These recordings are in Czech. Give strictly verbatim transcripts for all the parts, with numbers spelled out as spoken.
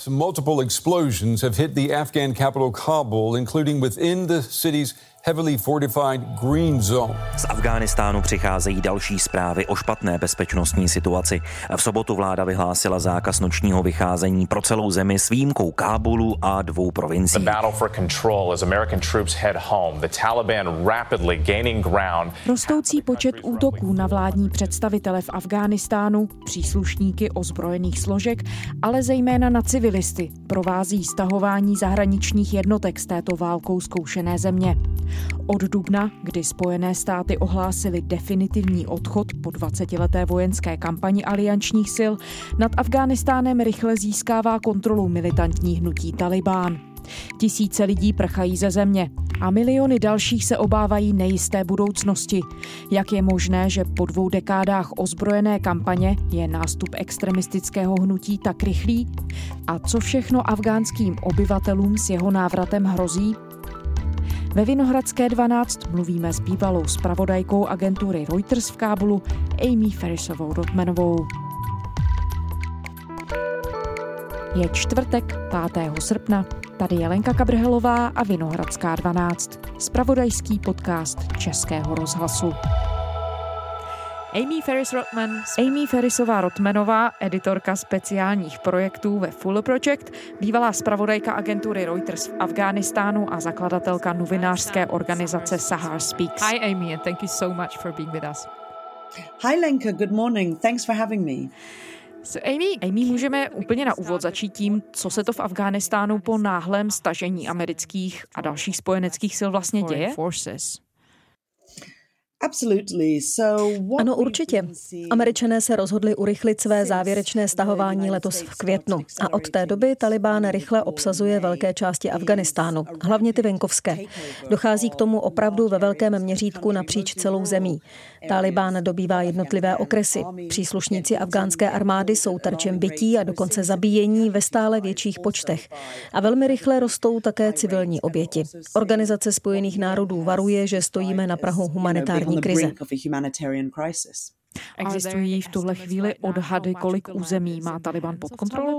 Multiple explosions have hit the Afghan capital Kabul, including within the city's heavily fortified green zone. Z Afghánistánu přicházejí další zprávy o špatné bezpečnostní situaci. V sobotu vláda vyhlásila zákaz nočního vycházení pro celou zemi s výjimkou Kábulu a dvou provincií. The battle for control as American troops head home. The Taliban rapidly gaining ground. Rostoucí počet útoků na vládní představitele v Afghánistánu, příslušníky ozbrojených složek, ale zejména na civilisty, provází stahování zahraničních jednotek z této válkou zkoušené země. Od dubna, kdy Spojené státy ohlásily definitivní odchod po dvacetileté vojenské kampani aliančních sil, nad Afghánistánem rychle získává kontrolu militantní hnutí Talibán. Tisíce lidí prchají ze země a miliony dalších se obávají nejisté budoucnosti. Jak je možné, že po dvou dekádách ozbrojené kampaně je nástup extremistického hnutí tak rychlý? A co všechno afgánským obyvatelům s jeho návratem hrozí? Ve Vinohradské dvanáct mluvíme s bývalou zpravodajkou agentury Reuters v Kábulu Amy Ferrisovou-Rotmanovou. Je čtvrtek, pátého srpna. Tady je Lenka Kabrhelová a Vinohradská dvanáct, zpravodajský podcast Českého rozhlasu. Amy Ferris-Rotman. Amy Ferrisová-Rotmanová, editorka speciálních projektů ve Fuller Project, bývalá zpravodajka agentury Reuters v Afghánistánu a zakladatelka novinářské organizace Sahar Speaks. Hi Amy, and thank you so much for being with us. Hi Lenka, good morning. Thanks for having me. So Amy, Amy, můžeme úplně na úvod začít tím, co se to v Afghánistánu po náhlém stažení amerických a dalších spojeneckých sil vlastně děje? Ano, určitě. Američané se rozhodli urychlit své závěrečné stahování letos v květnu a od té doby Talibán rychle obsazuje velké části Afghánistánu, hlavně ty venkovské. Dochází k tomu opravdu ve velkém měřítku napříč celou zemí. Talibán dobývá jednotlivé okresy. Příslušníci afgánské armády jsou terčem bytí a dokonce zabíjení ve stále větších počtech. A velmi rychle rostou také civilní oběti. Organizace Spojených národů varuje, že stojíme na prahu humanitární krize. Existují v tuhle chvíli odhady, kolik území má Taliban pod kontrolou?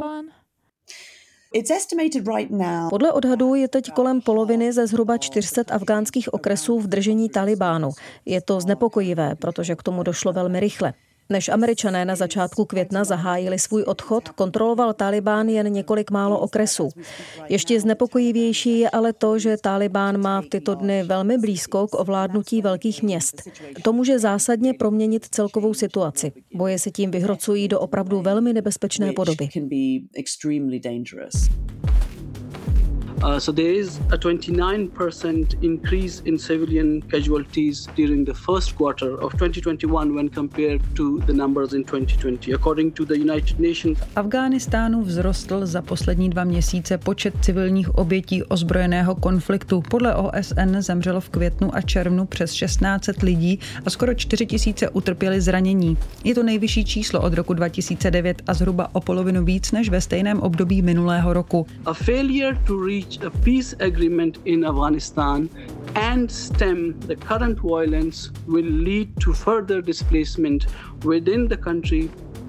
Podle odhadů je teď kolem poloviny ze zhruba čtyři sta afgánských okresů v držení Talibánu. Je to znepokojivé, protože k tomu došlo velmi rychle. Než Američané na začátku května zahájili svůj odchod, kontroloval Talibán jen několik málo okresů. Ještě znepokojivější je ale to, že Talibán má v tyto dny velmi blízko k ovládnutí velkých měst. To může zásadně proměnit celkovou situaci. Boje se tím vyhrocují do opravdu velmi nebezpečné podoby. Uh, so there is a twenty-nine percent increase in civilian casualties during the first quarter of twenty twenty-one when compared to the numbers in twenty twenty, according to the United Nations. V Afghánistánu vzrostl za poslední dva měsíce počet civilních obětí ozbrojeného konfliktu. Podle O S N zemřelo v květnu a červnu přes šestnáct set lidí a skoro čtyři tisíce utrpěli zranění. Je to nejvyšší číslo od roku dva tisíce devět a zhruba o polovinu víc než ve stejném období minulého roku. A failure to reach a peace agreement in Afghanistan and stem the current violence will lead to further displacement within the country.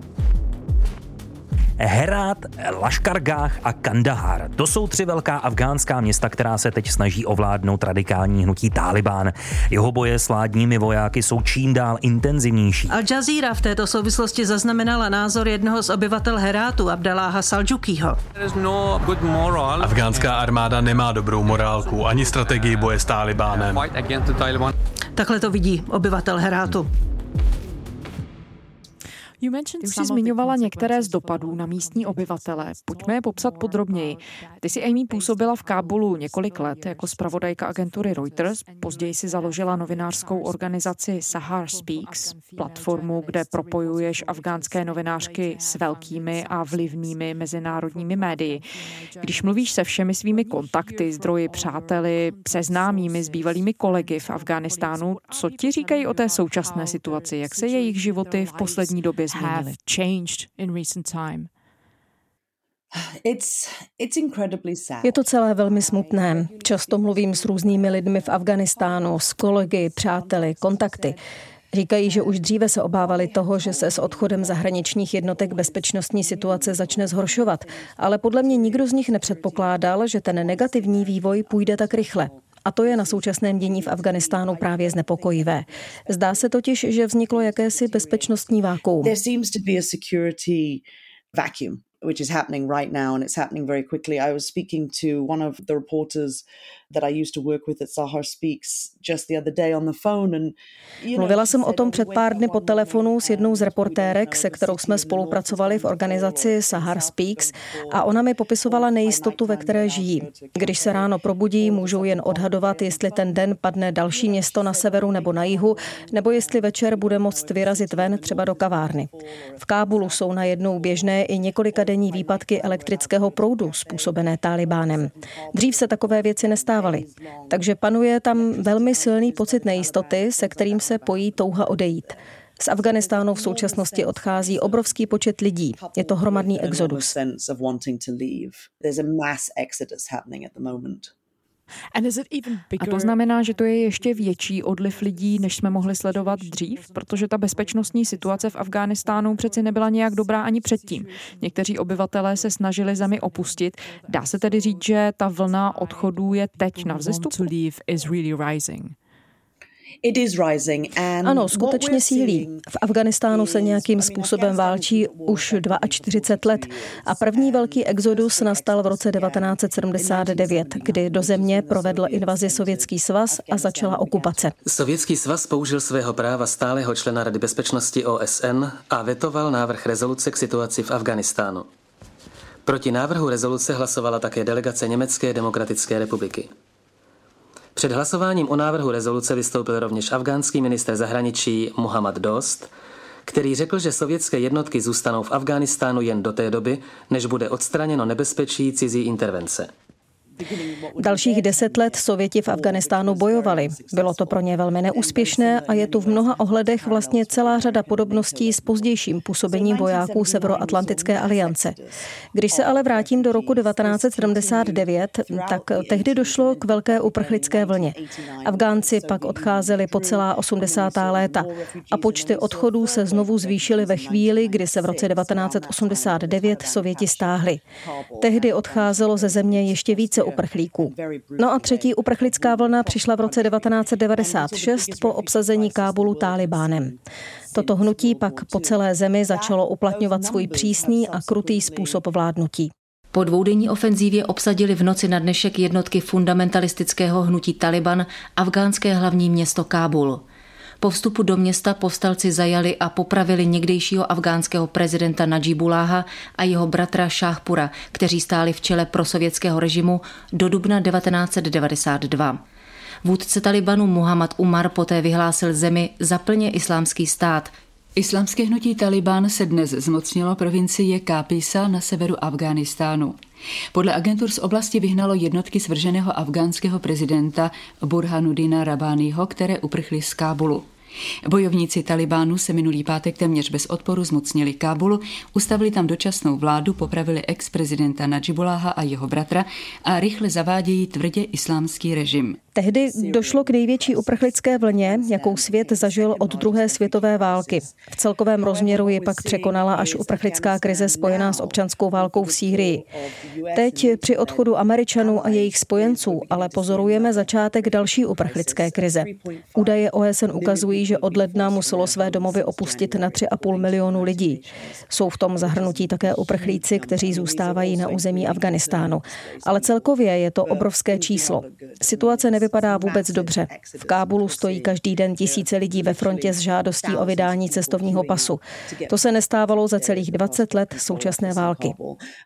Herát, Laškargáh a Kandahar. To jsou tři velká afgánská města, která se teď snaží ovládnout radikální hnutí Talibán. Jeho boje s vládními vojáky jsou čím dál intenzivnější. Al Jazeera v této souvislosti zaznamenala názor jednoho z obyvatel Herátu, Abdaláha Saljukiho. Afgánská armáda nemá dobrou morálku ani strategii boje s Talibánem. Takhle to vidí obyvatel Herátu. Ty už jsi zmiňovala některé z dopadů na místní obyvatele. Pojďme je popsat podrobněji. Ty jsi, Amy, působila v Kábulu několik let jako zpravodajka agentury Reuters. Později si založila novinářskou organizaci Sahar Speaks, platformu, kde propojuješ afgánské novinářky s velkými a vlivnými mezinárodními médii. Když mluvíš se všemi svými kontakty, zdroji, přáteli, se známými, s bývalými kolegy v Afghánistánu, co ti říkají o té současné situaci? Jak se jejich životy v poslední době have changed in recent time? Je to celé velmi smutné. Často mluvím s různými lidmi v Afghánistánu, s kolegy, přáteli, kontakty. Říkají, že už dříve se obávali toho, že se s odchodem zahraničních jednotek bezpečnostní situace začne zhoršovat, ale podle mě nikdo z nich nepředpokládal, že ten negativní vývoj půjde tak rychle. A to je na současném dění v Afghánistánu právě znepokojivé. Zdá se totiž, že vzniklo jakési bezpečnostní vákuum. There seems to be a security vacuum, which is happening right now, and it's happening very quickly. I was speaking to one of the reporters that I used to work with at Sahar Speaks just the other day on the phone. And, you know, Mluvila jsem o tom před pár dny po telefonu s jednou z reportérek, se kterou jsme spolupracovali v organizaci Sahar Speaks, a ona mi popisovala nejistotu, ve které žijí. Když se ráno probudí, můžou jen odhadovat, jestli ten den padne další město na severu nebo na jihu, nebo jestli večer bude moct vyrazit ven třeba do kavárny. V Kábulu jsou najednou běžné i několikadenní výpadky elektrického proudu způsobené Talibánem. Dřív se takové věci nestávaly. Takže panuje tam velmi silný pocit nejistoty, se kterým se pojí touha odejít. Z Afghánistánu v současnosti odchází obrovský počet lidí. Je to hromadný exodus. A to znamená, že to je ještě větší odliv lidí, než jsme mohli sledovat dřív, protože ta bezpečnostní situace v Afghánistánu přeci nebyla nějak dobrá ani předtím. Někteří obyvatelé se snažili zemi opustit. Dá se tedy říct, že ta vlna odchodů je teď na vzestupu? Ano, skutečně sílí. V Afghánistánu se nějakým způsobem válčí už čtyřicet dva let a první velký exodus nastal v roce devatenáct set sedmdesát devět, kdy do země provedl invazi Sovětský svaz a začala okupace. Sovětský svaz použil svého práva stálého člena Rady bezpečnosti O S N a vetoval návrh rezoluce k situaci v Afghánistánu. Proti návrhu rezoluce hlasovala také delegace Německé demokratické republiky. Před hlasováním o návrhu rezoluce vystoupil rovněž afgánský ministr zahraničí Muhammad Dost, který řekl, že sovětské jednotky zůstanou v Afghánistánu jen do té doby, než bude odstraněno nebezpečí cizí intervence. Dalších deset let Sověti v Afghánistánu bojovali. Bylo to pro ně velmi neúspěšné a je tu v mnoha ohledech vlastně celá řada podobností s pozdějším působením vojáků Severoatlantické aliance. Když se ale vrátím do roku devatenáct set sedmdesát devět, tak tehdy došlo k velké uprchlické vlně. Afgánci pak odcházeli po celá osmdesátá léta a počty odchodů se znovu zvýšily ve chvíli, kdy se v roce devatenáct set osmdesát devět Sověti stáhli. Tehdy odcházelo ze země ještě více uprchlíků. No a třetí uprchlická vlna přišla v roce devatenáct set devadesát šest po obsazení Kábulu Talibánem. Toto hnutí pak po celé zemi začalo uplatňovat svůj přísný a krutý způsob vládnutí. Po dvoudenní ofenzívě obsadili v noci na dnešek jednotky fundamentalistického hnutí Taliban afgánské hlavní město Kábul. Po vstupu do města povstalci zajali a popravili někdejšího afgánského prezidenta Nadžibuláha a jeho bratra Šáhpura, kteří stáli v čele prosovětského režimu do dubna devatenáct set devadesát dva. Vůdce Talibanu Muhammad Umar poté vyhlásil zemi za plně islámský stát. Islámské hnutí Taliban se dnes zmocnilo provincie Kápisa na severu Afghánistánu. Podle agentur z oblasti vyhnalo jednotky svrženého afgánského prezidenta Burhanuddina Rabáního, které uprchly z Kábulu. Bojovníci Talibánu se minulý pátek téměř bez odporu zmocnili Kábulu, ustavili tam dočasnou vládu, popravili ex-prezidenta Nadžibuláha a jeho bratra a rychle zavádějí tvrdě islámský režim. Tehdy došlo k největší uprchlické vlně, jakou svět zažil od druhé světové války. V celkovém rozměru ji pak překonala až uprchlická krize spojená s občanskou válkou v Sýrii. Teď při odchodu Američanů a jejich spojenců ale pozorujeme začátek další uprchlické krize. Údaje O S N ukazují, že od ledna muselo své domovy opustit na tři a půl milionu lidí. Jsou v tom zahrnutí také uprchlíci, kteří zůstávají na území Afghánistánu. Ale celkově je to obrovské číslo. Situace nevypadá vůbec dobře. V Kábulu stojí každý den tisíce lidí ve frontě s žádostí o vydání cestovního pasu. To se nestávalo za celých dvacet let současné války.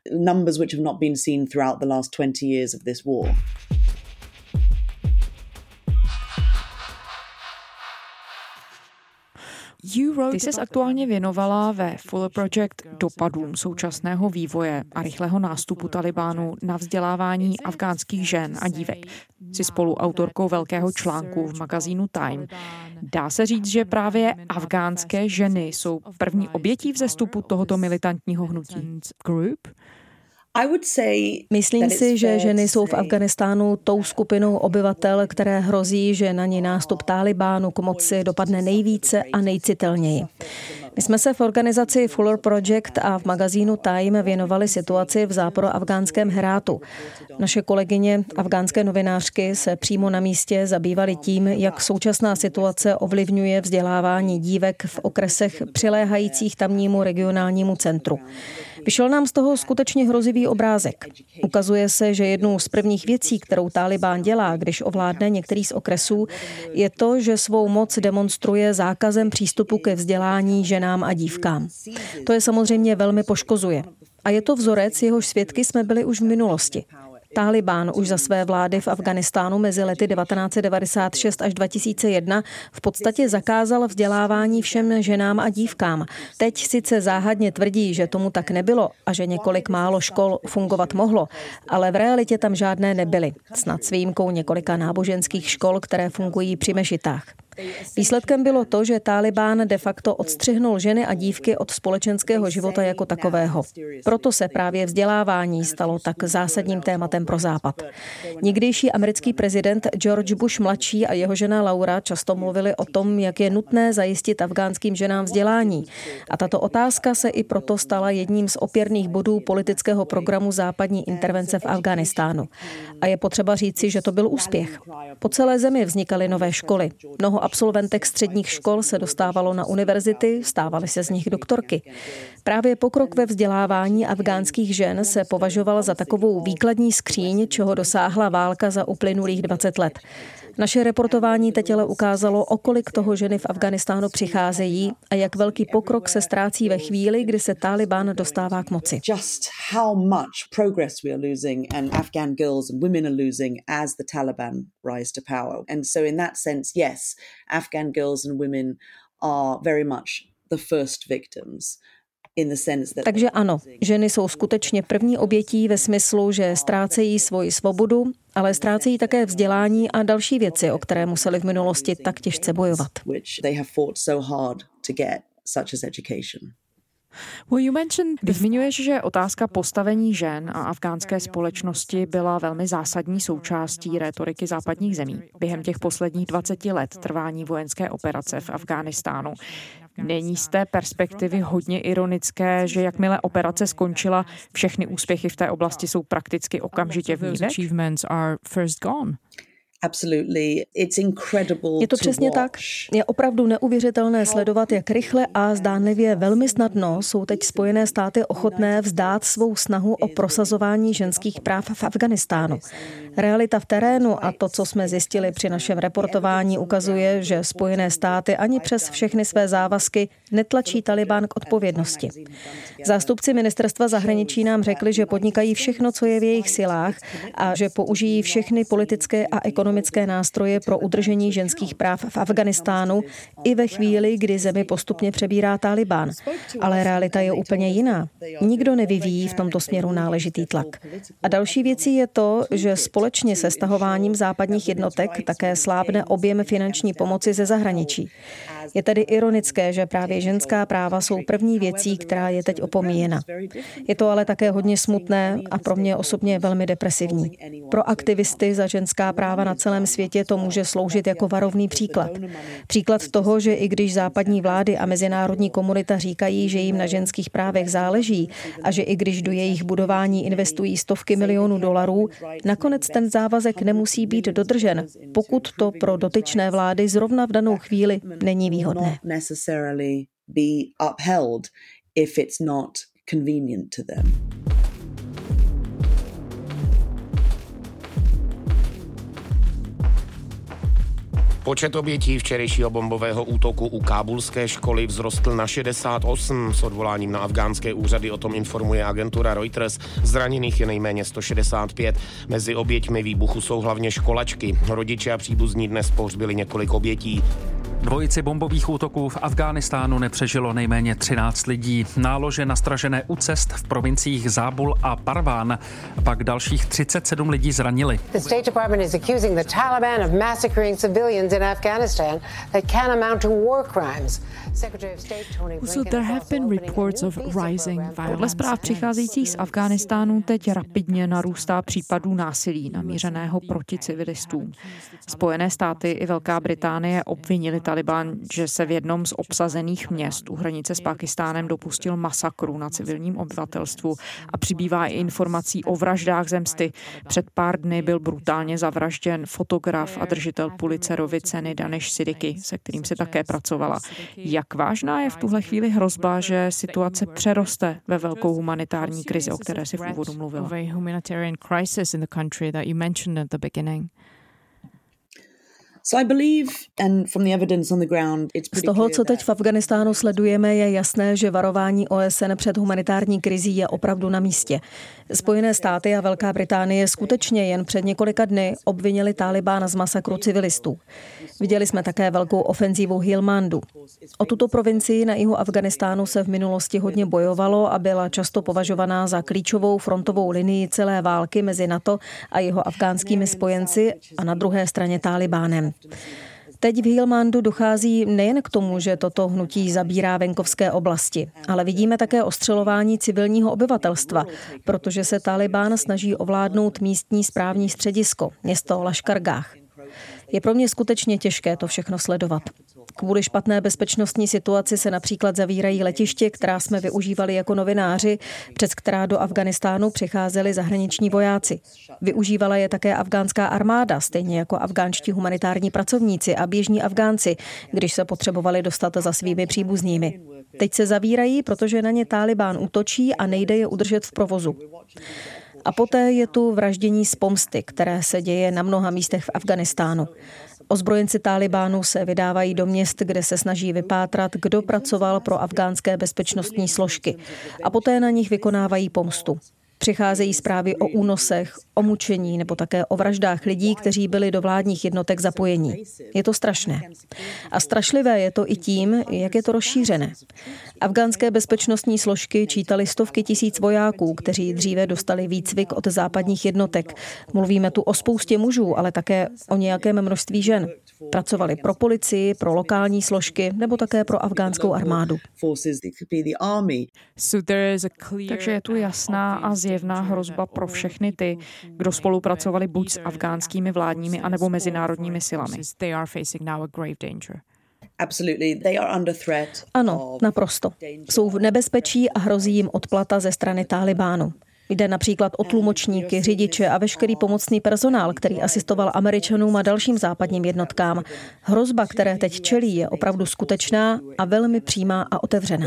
Ty jsi aktuálně věnovala ve Fuller Project dopadům současného vývoje a rychlého nástupu Talibánu na vzdělávání afgánských žen a dívek. Jsi spoluautorkou velkého článku v magazínu Time. Dá se říct, že právě afgánské ženy jsou první obětí vzestupu tohoto militantního hnutí? Myslím si, že ženy jsou v Afghánistánu tou skupinou obyvatel, které hrozí, že na ní nástup Tálibánu k moci dopadne nejvíce a nejcitelněji. My jsme se v organizaci Fuller Project a v magazínu Time věnovali situaci v západoafgánském Herátu. Naše kolegyně, afgánské novinářky, se přímo na místě zabývaly tím, jak současná situace ovlivňuje vzdělávání dívek v okresech přiléhajících tamnímu regionálnímu centru. Vyšel nám z toho skutečně hrozivý obrázek. Ukazuje se, že jednou z prvních věcí, kterou Tálibán dělá, když ovládne některý z okresů, je to, že svou moc demonstruje zákazem přístupu ke vzdělání ženám a dívkám. To je samozřejmě velmi poškozuje. A je to vzorec, jehož svědky jsme byli už v minulosti. Tálibán už za své vlády v Afghánistánu mezi lety devatenáct set devadesát šest až dva tisíce jedna v podstatě zakázal vzdělávání všem ženám a dívkám. Teď sice záhadně tvrdí, že tomu tak nebylo a že několik málo škol fungovat mohlo, ale v realitě tam žádné nebyly, snad s výjimkou několika náboženských škol, které fungují při mešitách. Výsledkem bylo to, že Tálibán de facto odstřihnul ženy a dívky od společenského života jako takového. Proto se právě vzdělávání stalo tak zásadním tématem pro Západ. Někdejší americký prezident George Bush mladší a jeho žena Laura často mluvili o tom, jak je nutné zajistit afgánským ženám vzdělání. A tato otázka se i proto stala jedním z opěrných bodů politického programu západní intervence v Afghánistánu. A je potřeba říci, že to byl úspěch. Po celé zemi vznikaly nové školy. Mnoho absolventek středních škol se dostávalo na univerzity, stávaly se z nich doktorky. Právě pokrok ve vzdělávání afgánských žen se považoval za takovou výkladní skříň, čeho dosáhla válka za uplynulých dvacet let. Naše reportování teď ale ukázalo, o kolik toho ženy v Afghánistánu přicházejí a jak velký pokrok se ztrácí ve chvíli, kdy se Tálibán dostává k moci. Just how much progress we are losing and Afghan girls and women are losing as the Taliban rise to power. And so in that sense, yes, Afghan girls and women are very much the first victims. Takže ano, ženy jsou skutečně první obětí ve smyslu, že ztrácejí svoji svobodu, ale ztrácejí také vzdělání a další věci, o které museli v minulosti tak těžce bojovat. Zmiňuješ, že otázka postavení žen a afgánské společnosti byla velmi zásadní součástí rétoriky západních zemí během těch posledních dvaceti let trvání vojenské operace v Afghánistánu. Není z té perspektivy hodně ironické, že jakmile operace skončila, všechny úspěchy v té oblasti jsou prakticky okamžitě vnídek? Je to přesně tak. Je opravdu neuvěřitelné sledovat, jak rychle a zdánlivě velmi snadno jsou teď Spojené státy ochotné vzdát svou snahu o prosazování ženských práv v Afghánistánu. Realita v terénu a to, co jsme zjistili při našem reportování, ukazuje, že Spojené státy ani přes všechny své závazky netlačí Talibán k odpovědnosti. Zástupci ministerstva zahraničí nám řekli, že podnikají všechno, co je v jejich silách a že použijí všechny politické a ekonomické nástroje pro udržení ženských práv v Afghánistánu i ve chvíli, kdy zemi postupně přebírá Tálibán. Ale realita je úplně jiná. Nikdo nevyvíjí v tomto směru náležitý tlak. A další věcí je to, že společně se stahováním západních jednotek také slábne objem finanční pomoci ze zahraničí. Je tedy ironické, že právě ženská práva jsou první věcí, která je teď opomíjena. Je to ale také hodně smutné a pro mě osobně velmi depresivní. Pro aktivisty za ženská práva na celém světě to může sloužit jako varovný příklad. Příklad toho, že i když západní vlády a mezinárodní komunita říkají, že jim na ženských právech záleží a že i když do jejich budování investují stovky milionů dolarů, nakonec ten závazek nemusí být dodržen, pokud to pro dotyčné vlády zrovna v danou chvíli není výhodné. Počet obětí včerejšího bombového útoku u kábulské školy vzrostl na šedesát osm. S odvoláním na afgánské úřady o tom informuje agentura Reuters. Zraněných je nejméně sto šedesát pět. Mezi oběťmi výbuchu jsou hlavně školačky. Rodiče a příbuzní dnes pohřbili několik obětí. Dvojici bombových útoků v Afghánistánu nepřežilo nejméně třináct lidí. Nálože nastražené u cest v provinciích Zábul a Parván pak dalších třicet sedm lidí zranili. The State Department is accusing the Taliban of massacring civilians in Afghanistan that can amount to war crimes. Podle zpráv přicházejících z Afghánistánu teď rapidně narůstá případů násilí namířeného proti civilistům. Spojené státy i Velká Británie obvinili Taliban, že se v jednom z obsazených měst u hranice s Pákistánem dopustil masakru na civilním obyvatelstvu a přibývá i informací o vraždách ze msty. Před pár dny byl brutálně zavražděn fotograf a držitel Pulitzerovy ceny Danish Siddiqui, se kterým se také pracovala. Jak vážná je v tuhle chvíli hrozba, že situace přeroste ve velkou humanitární krizi, o které si v úvodu mluvila? Z toho, co teď v Afghánistánu sledujeme, je jasné, že varování O S N před humanitární krizí je opravdu na místě. Spojené státy a Velká Británie skutečně jen před několika dny obvinili Talibána z masakru civilistů. Viděli jsme také velkou ofenzívu Helmandu. O tuto provincii na jihu Afghánistánu se v minulosti hodně bojovalo a byla často považovaná za klíčovou frontovou linii celé války mezi NATO a jeho afgánskými spojenci a na druhé straně Talibánem. Teď v Helmandu dochází nejen k tomu, že toto hnutí zabírá venkovské oblasti, ale vidíme také ostřelování civilního obyvatelstva, protože se Talibán snaží ovládnout místní správní středisko, město Laškargách. Je pro mě skutečně těžké to všechno sledovat. Kvůli špatné bezpečnostní situaci se například zavírají letiště, která jsme využívali jako novináři, přes která do Afghánistánu přicházeli zahraniční vojáci. Využívala je také afgánská armáda, stejně jako afgánští humanitární pracovníci a běžní Afgánci, když se potřebovali dostat za svými příbuznými. Teď se zavírají, protože na ně Talibán útočí a nejde je udržet v provozu. A poté je tu vraždění z pomsty, které se děje na mnoha místech v Afghánistánu. Ozbrojenci Talibánu se vydávají do měst, kde se snaží vypátrat, kdo pracoval pro afgánské bezpečnostní složky, a poté na nich vykonávají pomstu. Přicházejí zprávy o únosech, o mučení nebo také o vraždách lidí, kteří byli do vládních jednotek zapojení. Je to strašné. A strašlivé je to i tím, jak je to rozšířené. Afgánské bezpečnostní složky čítaly stovky tisíc vojáků, kteří dříve dostali výcvik od západních jednotek. Mluvíme tu o spoustě mužů, ale také o nějakém množství žen. Pracovali pro policii, pro lokální složky nebo také pro afgánskou armádu. Takže je tu jasná a zjevná hrozba pro všechny ty, kdo spolupracovali buď s afgánskými vládními anebo mezinárodními silami. Ano, naprosto. Jsou v nebezpečí a hrozí jim odplata ze strany Talibánu. Jde například o tlumočníky, řidiče a veškerý pomocný personál, který asistoval Američanům a dalším západním jednotkám. Hrozba, které teď čelí, je opravdu skutečná a velmi přímá a otevřená.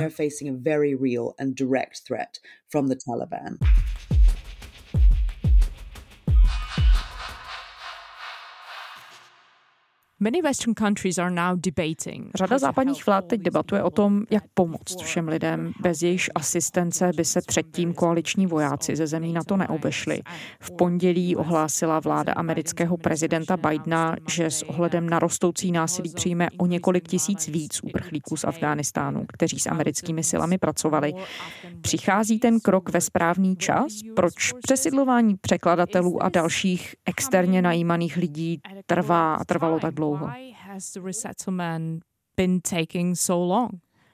Řada západních vlád teď debatuje o tom, jak pomoct všem lidem, bez jejichž asistence by se předtím koaliční vojáci ze zemí NATO neobešli. V pondělí ohlásila vláda amerického prezidenta Bidena, že s ohledem na rostoucí násilí přijme o několik tisíc víc uprchlíků z Afghánistánu, kteří s americkými silami pracovali. Přichází ten krok ve správný čas? Proč přesidlování překladatelů a dalších externě najímaných lidí trvá a trvalo tak dlouho? Why has the resettlement been taking so long?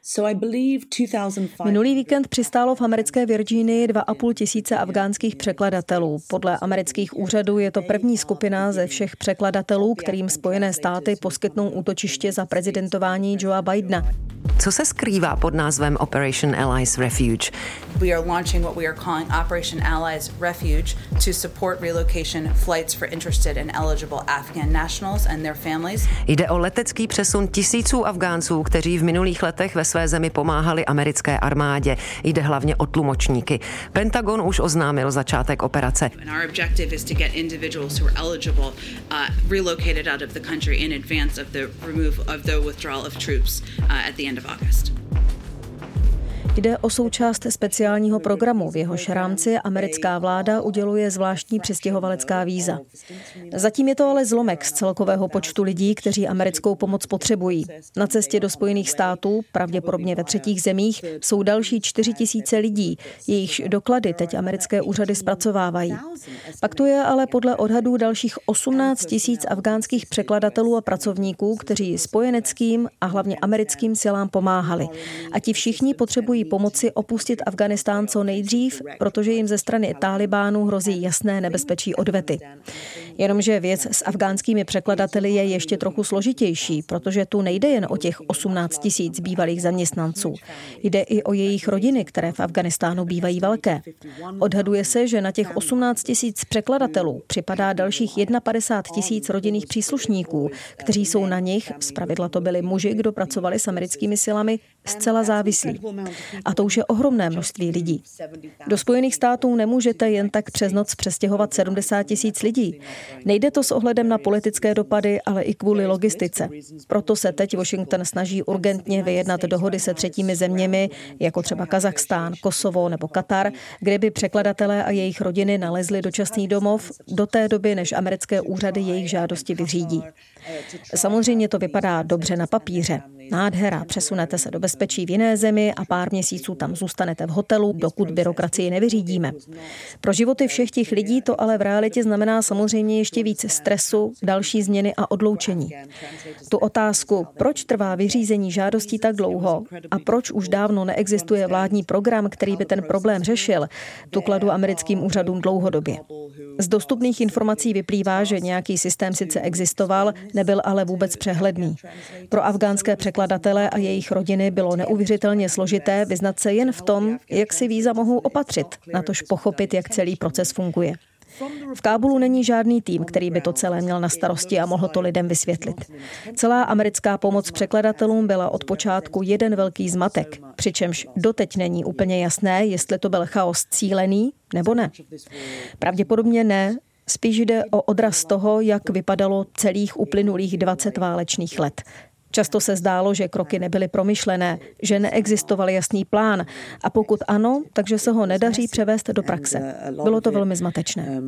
Minulý víkend přistálo v americké Virginii dva a půl tisíce afgánských překladatelů. Podle amerických úřadů je to první skupina ze všech překladatelů, kterým Spojené státy poskytnou útočiště za prezidentování Joea Bidena. Co se skrývá pod názvem Operation Allies Refuge? We are launching what we are calling Operation Allies Refuge to support relocation flights for interested and eligible Afghan nationals and their families. Jde o letecký přesun tisíců Afgánců, kteří v minulých letech ve své zemi pomáhali americké armádě. Jde hlavně o tlumočníky. Pentagon už oznámil začátek operace. And our objective is to get individuals who are eligible uh, relocated out of the country in advance of the remove of the withdrawal of troops uh, at the end of August. Jde o součást speciálního programu, v jehož rámci americká vláda uděluje zvláštní přistěhovalecká víza. Zatím je to ale zlomek z celkového počtu lidí, kteří americkou pomoc potřebují. Na cestě do Spojených států, pravděpodobně ve třetích zemích, jsou další čtyři tisíce lidí, jejichž doklady teď americké úřady zpracovávají. Pak tu je ale podle odhadů dalších osmnáct tisíc afgánských překladatelů a pracovníků, kteří spojeneckým a hlavně americkým silám pomáhali. A ti všichni potřebují pomoci opustit Afganistán co nejdřív, protože jim ze strany Tálibánu hrozí jasné nebezpečí odvety. Jenomže věc s afgánskými překladateli je ještě trochu složitější, protože tu nejde jen o těch osmnáct tisíc bývalých zaměstnanců. Jde i o jejich rodiny, které v Afghánistánu bývají velké. Odhaduje se, že na těch osmnáct tisíc překladatelů připadá dalších padesát jedna tisíc rodinných příslušníků, kteří jsou na nich, zpravidla to byli muži, kdo pracovali s americkými silami, zcela závislí. A to už je ohromné množství lidí. Do Spojených států nemůžete jen tak přes noc přestěhovat sedmdesát tisíc lidí. Nejde to s ohledem na politické dopady, ale i kvůli logistice. Proto se teď Washington snaží urgentně vyjednat dohody se třetími zeměmi, jako třeba Kazachstán, Kosovo nebo Katar, kde by překladatelé a jejich rodiny nalezli dočasný domov do té doby, než americké úřady jejich žádosti vyřídí. Samozřejmě to vypadá dobře na papíře. Nádhera, přesunete se do bezpečí v jiné zemi a pár měsíců tam zůstanete v hotelu, dokud byrokracii nevyřídíme. Pro životy všech těch lidí to ale v realitě znamená samozřejmě ještě víc stresu, další změny a odloučení. Tu otázku, proč trvá vyřízení žádostí tak dlouho a proč už dávno neexistuje vládní program, který by ten problém řešil, tu kladu americkým úřadům dlouhodobě. Z dostupných informací vyplývá, že nějaký systém sice existoval, nebyl ale vůbec přehledný. Pro afgánské překladatele a jejich rodiny bylo neuvěřitelně složité vyznat se jen v tom, jak si víza mohou opatřit, natož pochopit, jak celý proces funguje. V Kábulu není žádný tým, který by to celé měl na starosti a mohl to lidem vysvětlit. Celá americká pomoc překladatelům byla od počátku jeden velký zmatek, přičemž doteď není úplně jasné, jestli to byl chaos cílený nebo ne. Pravděpodobně ne, spíš jde o odraz toho, jak vypadalo celých uplynulých dvacet válečných let. Často se zdálo, že kroky nebyly promyšlené, že neexistoval jasný plán a pokud ano, takže se ho nedaří převést do praxe. Bylo to velmi zmatečné.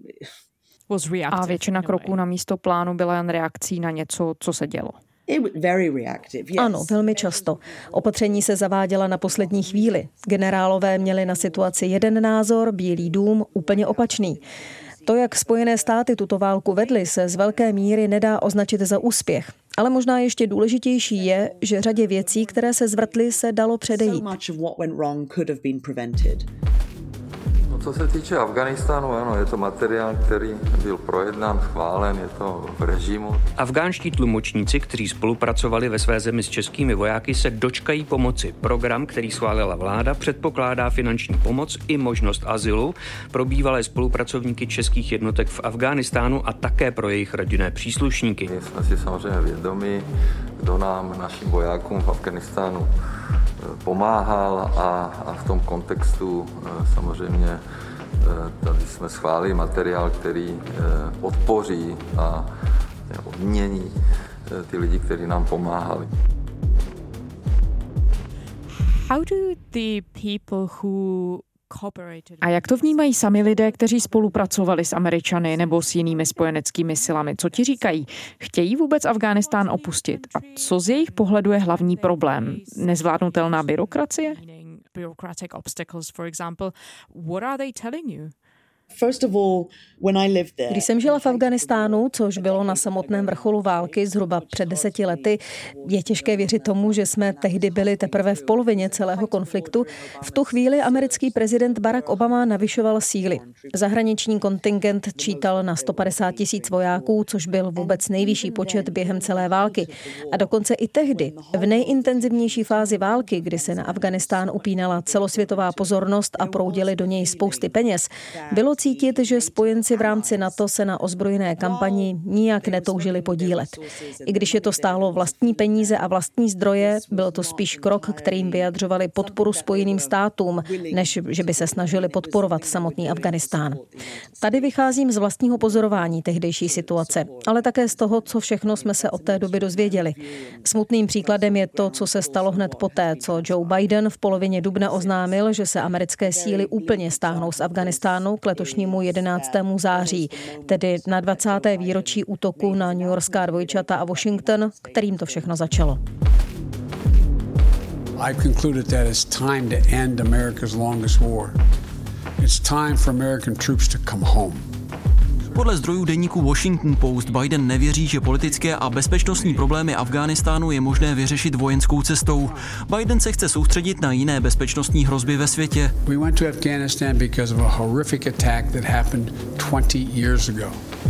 A většina kroků na místo plánu byla jen reakcí na něco, co se dělo. Ano, velmi často. Opatření se zaváděla na poslední chvíli. Generálové měli na situaci jeden názor, Bílý dům úplně opačný. To, jak Spojené státy tuto válku vedly, se z velké míry nedá označit za úspěch. Ale možná ještě důležitější je, že řadě věcí, které se zvrtly, se dalo předejít. Co se týče Afghánistánu, ano, je to materiál, který byl projednán, schválen, je to v režimu. Afgánští tlumočníci, kteří spolupracovali ve své zemi s českými vojáky, se dočkají pomoci. Program, který schválila vláda, předpokládá finanční pomoc i možnost azylu pro bývalé spolupracovníky českých jednotek v Afghánistánu a také pro jejich rodinné příslušníky. My jsme si samozřejmě vědomi, kdo nám, našim vojákům v Afghánistánu pomáhal a, a v tom kontextu samozřejmě tady jsme schválili materiál, který podpoří a odmění ty lidi, kteří nám pomáhali. How do the people who A jak to vnímají sami lidé, kteří spolupracovali s Američany nebo s jinými spojeneckými silami? Co ti říkají? Chtějí vůbec Afghánistán opustit? A co z jejich pohledu je hlavní problém? Nezvládnutelná byrokracie? Když jsem žila v Afghánistánu, což bylo na samotném vrcholu války zhruba před deseti lety, je těžké věřit tomu, že jsme tehdy byli teprve v polovině celého konfliktu. V tu chvíli americký prezident Barack Obama navyšoval síly. Zahraniční kontingent čítal na sto padesát tisíc vojáků, což byl vůbec nejvyšší počet během celé války. A dokonce i tehdy, v nejintenzivnější fázi války, kdy se na Afghánistán upínala celosvětová pozornost a proudily do něj spousty peněz, bylo cítit, že spojenci v rámci NATO se na ozbrojené kampani nijak netoužili podílet. I když je to stálo vlastní peníze a vlastní zdroje, byl to spíš krok, kterým vyjadřovali podporu Spojeným státům, než že by se snažili podporovat samotný Afganistán. Tady vycházím z vlastního pozorování tehdejší situace, ale také z toho, co všechno jsme se od té doby dozvěděli. Smutným příkladem je to, co se stalo hned poté, co Joe Biden v polovině dubna oznámil, že se americké síly úplně stáhnou z Afganistánu k letošnímu jedenáctému září, tedy na dvacáté výročí útoku na newyorská dvojčata a Washington, kterým to všechno začalo. I concluded that it's time to end America's longest war. It's time for American troops to come home. Podle zdrojů deníku Washington Post Biden nevěří, že politické a bezpečnostní problémy Afghánistánu je možné vyřešit vojenskou cestou. Biden se chce soustředit na jiné bezpečnostní hrozby ve světě. We went to Afghanistan because of a horrific attack that happened twenty years ago.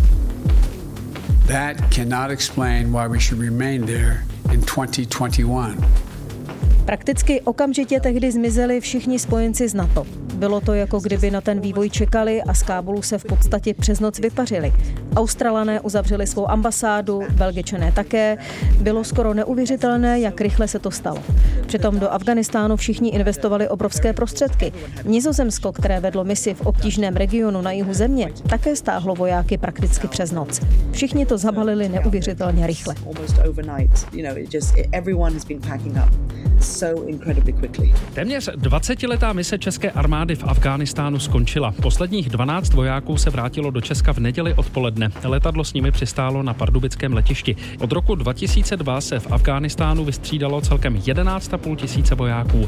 That cannot explain why we should remain there in twenty twenty-one. Prakticky okamžitě tehdy zmizeli všichni spojenci z NATO. Bylo to, jako kdyby na ten vývoj čekali a z Kábulu se v podstatě přes noc vypařili. Australané uzavřeli svou ambasádu, Belgičané také. Bylo skoro neuvěřitelné, jak rychle se to stalo. Přitom do Afganistánu všichni investovali obrovské prostředky. Nizozemsko, které vedlo misi v obtížném regionu na jihu země, také stáhlo vojáky prakticky přes noc. Všichni to zabalili neuvěřitelně rychle. So incredibly quickly. Téměř dvacetiletá mise české armády v Afghánistánu skončila. Posledních dvanáct vojáků se vrátilo do Česka v neděli odpoledne. Letadlo s nimi přistálo na pardubickém letišti. Od roku dva tisíce dva se v Afghánistánu vystřídalo celkem jedenáct a půl tisíce vojáků.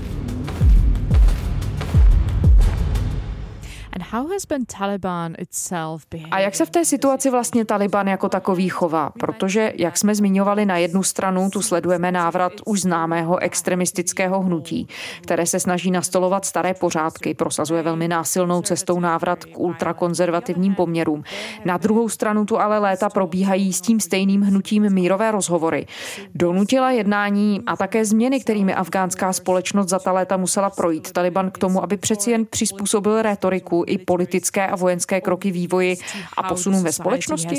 A jak se v té situaci vlastně Taliban jako takový chová? Protože, jak jsme zmiňovali, na jednu stranu tu sledujeme návrat už známého extremistického hnutí, které se snaží nastolovat staré pořádky, prosazuje velmi násilnou cestou návrat k ultrakonzervativním poměrům. Na druhou stranu tu ale léta probíhají s tím stejným hnutím mírové rozhovory. Donutila jednání a také změny, kterými afgánská společnost za ta léta musela projít Taliban k tomu, aby přeci jen přizpůsobil rétoriku i politické a vojenské kroky vývoji a posunům ve společnosti?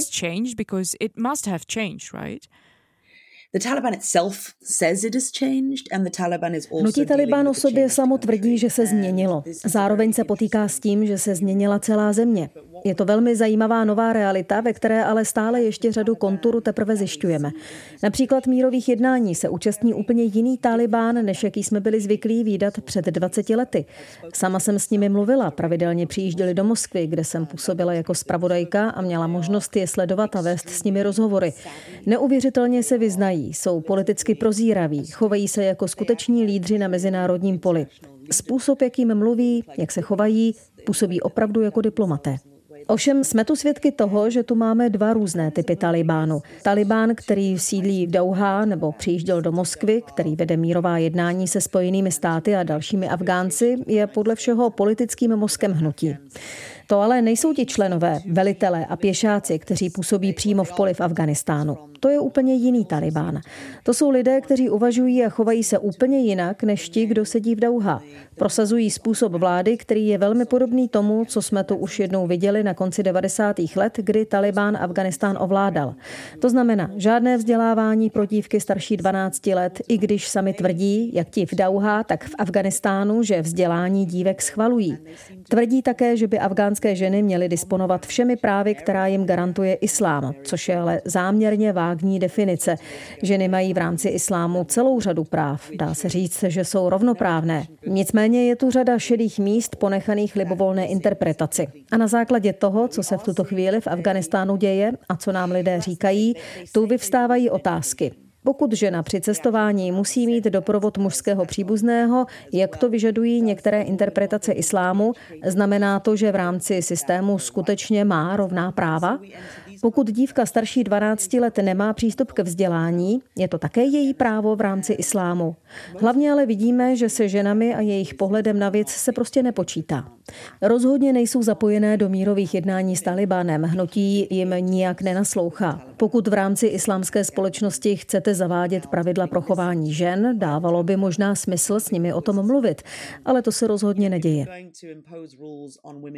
Hnutí Taliban o sobě samo tvrdí, že se změnilo. Zároveň se potýká s tím, že se změnila celá země. Je to velmi zajímavá nová realita, ve které ale stále ještě řadu konturů teprve zjišťujeme. Například mírových jednání se účastní úplně jiný Taliban, než jaký jsme byli zvyklí vídat před dvaceti lety. Sama jsem s nimi mluvila, pravidelně přijížděli do Moskvy, kde jsem působila jako zpravodajka a měla možnost je sledovat a vést s nimi rozhovory. Neuvěřitelně se vyznají, jsou politicky prozíraví, chovají se jako skuteční lídři na mezinárodním poli. Způsob, jakým mluví, jak se chovají, působí opravdu jako diplomaté. Ovšem jsme tu svědky toho, že tu máme dva různé typy Talibánu. Talibán, který sídlí v Dauhá nebo přijížděl do Moskvy, který vede mírová jednání se Spojenými státy a dalšími Afgánci, je podle všeho politickým mozkem hnutí. To ale nejsou ti členové, velitelé a pěšáci, kteří působí přímo v poli v Afghánistánu. To je úplně jiný Talibán. To jsou lidé, kteří uvažují a chovají se úplně jinak než ti, kdo sedí v Dauhá. Prosazují způsob vlády, který je velmi podobný tomu, co jsme tu už jednou viděli na konci devadesátých let, kdy Talibán Afghánistán ovládal. To znamená žádné vzdělávání pro dívky starší dvanácti let, i když sami tvrdí, jak ti v Dauhá, tak v Afghánistánu, že vzdělání dívek schvalují. Tvrdí také, že by afgánské ženy měly disponovat všemi právy, která jim garantuje islám, což je ale záměrně vágní definice. Ženy mají v rámci islámu celou řadu práv. Dá se říct, že jsou rovnoprávné. Nicméně je tu řada šedých míst ponechaných libovolné interpretaci. A na základě toho, co se v tuto chvíli v Afghánistánu děje a co nám lidé říkají, tu vyvstávají otázky. Pokud žena při cestování musí mít doprovod mužského příbuzného, jak to vyžadují některé interpretace islámu, znamená to, že v rámci systému skutečně má rovná práva? Pokud dívka starší dvanácti let nemá přístup ke vzdělání, je to také její právo v rámci islámu. Hlavně ale vidíme, že se ženami a jejich pohledem na věc se prostě nepočítá. Rozhodně nejsou zapojené do mírových jednání s Talibánem, hnutí jim nijak nenaslouchá. Pokud v rámci islámské společnosti chcete zavádět pravidla pro chování žen, dávalo by možná smysl s nimi o tom mluvit, ale to se rozhodně neděje.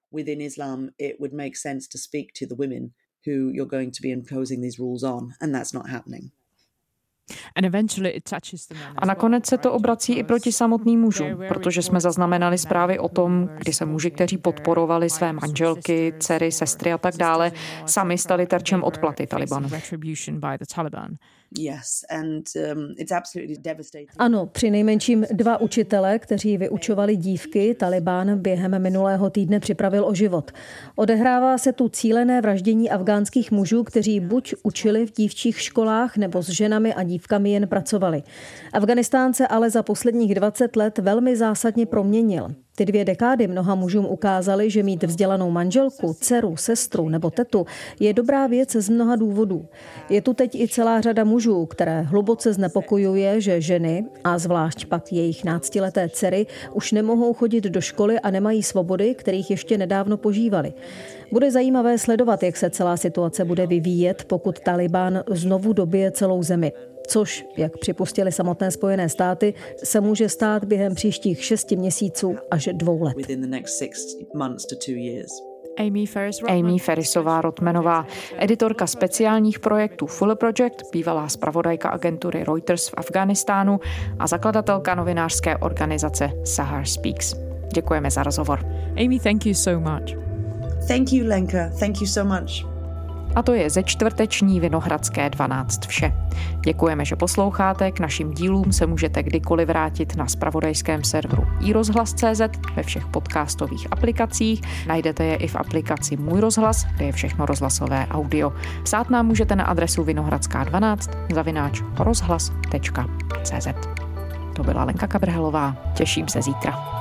within Islam it would make sense to speak to the women who you're going to be imposing these rules on, and that's not happening. A nakonec se to obrací i proti samotným mužům, protože jsme zaznamenali zprávy o tom, kdy se muži, kteří podporovali své manželky, dcery, sestry a tak dále, sami stali terčem odplaty Talibanu. Ano, při nejmenším dva učitele, kteří vyučovali dívky, Taliban během minulého týdne připravil o život. Odehrává se tu cílené vraždění afgánských mužů, kteří buď učili v dívčích školách, nebo s ženami a dívkami jen pracovali. Afganistán se ale za posledních dvacet let velmi zásadně proměnil. Ty dvě dekády mnoha mužům ukázaly, že mít vzdělanou manželku, dceru, sestru nebo tetu je dobrá věc z mnoha důvodů. Je tu teď i celá řada mužů, které hluboce znepokojuje, že ženy, a zvlášť pak jejich náctileté dcery, už nemohou chodit do školy a nemají svobody, kterých ještě nedávno požívali. Bude zajímavé sledovat, jak se celá situace bude vyvíjet, pokud Taliban znovu dobije celou zemi. Což, jak připustili samotné Spojené státy, se může stát během příštích šesti měsíců až dvou let. Amy Ferrisová Rotmanová, editorka speciálních projektů Fuller Project, bývalá zpravodajka agentury Reuters v Afghánistánu a zakladatelka novinářské organizace Sahar Speaks. Děkujeme za rozhovor. Amy, thank you so much. Thank you, Lenka. Thank you so much. A to je ze čtvrteční Vinohradské dvanáct vše. Děkujeme, že posloucháte. K našim dílům se můžete kdykoliv vrátit na zpravodajském serveru i rozhlas tečka cé zet ve všech podcastových aplikacích. Najdete je i v aplikaci Můj rozhlas, kde je všechno rozhlasové audio. Psát nám můžete na adresu vinohradská dvanáct zavináč rozhlas tečka cé zet. To byla Lenka Kabrhelová. Těším se zítra.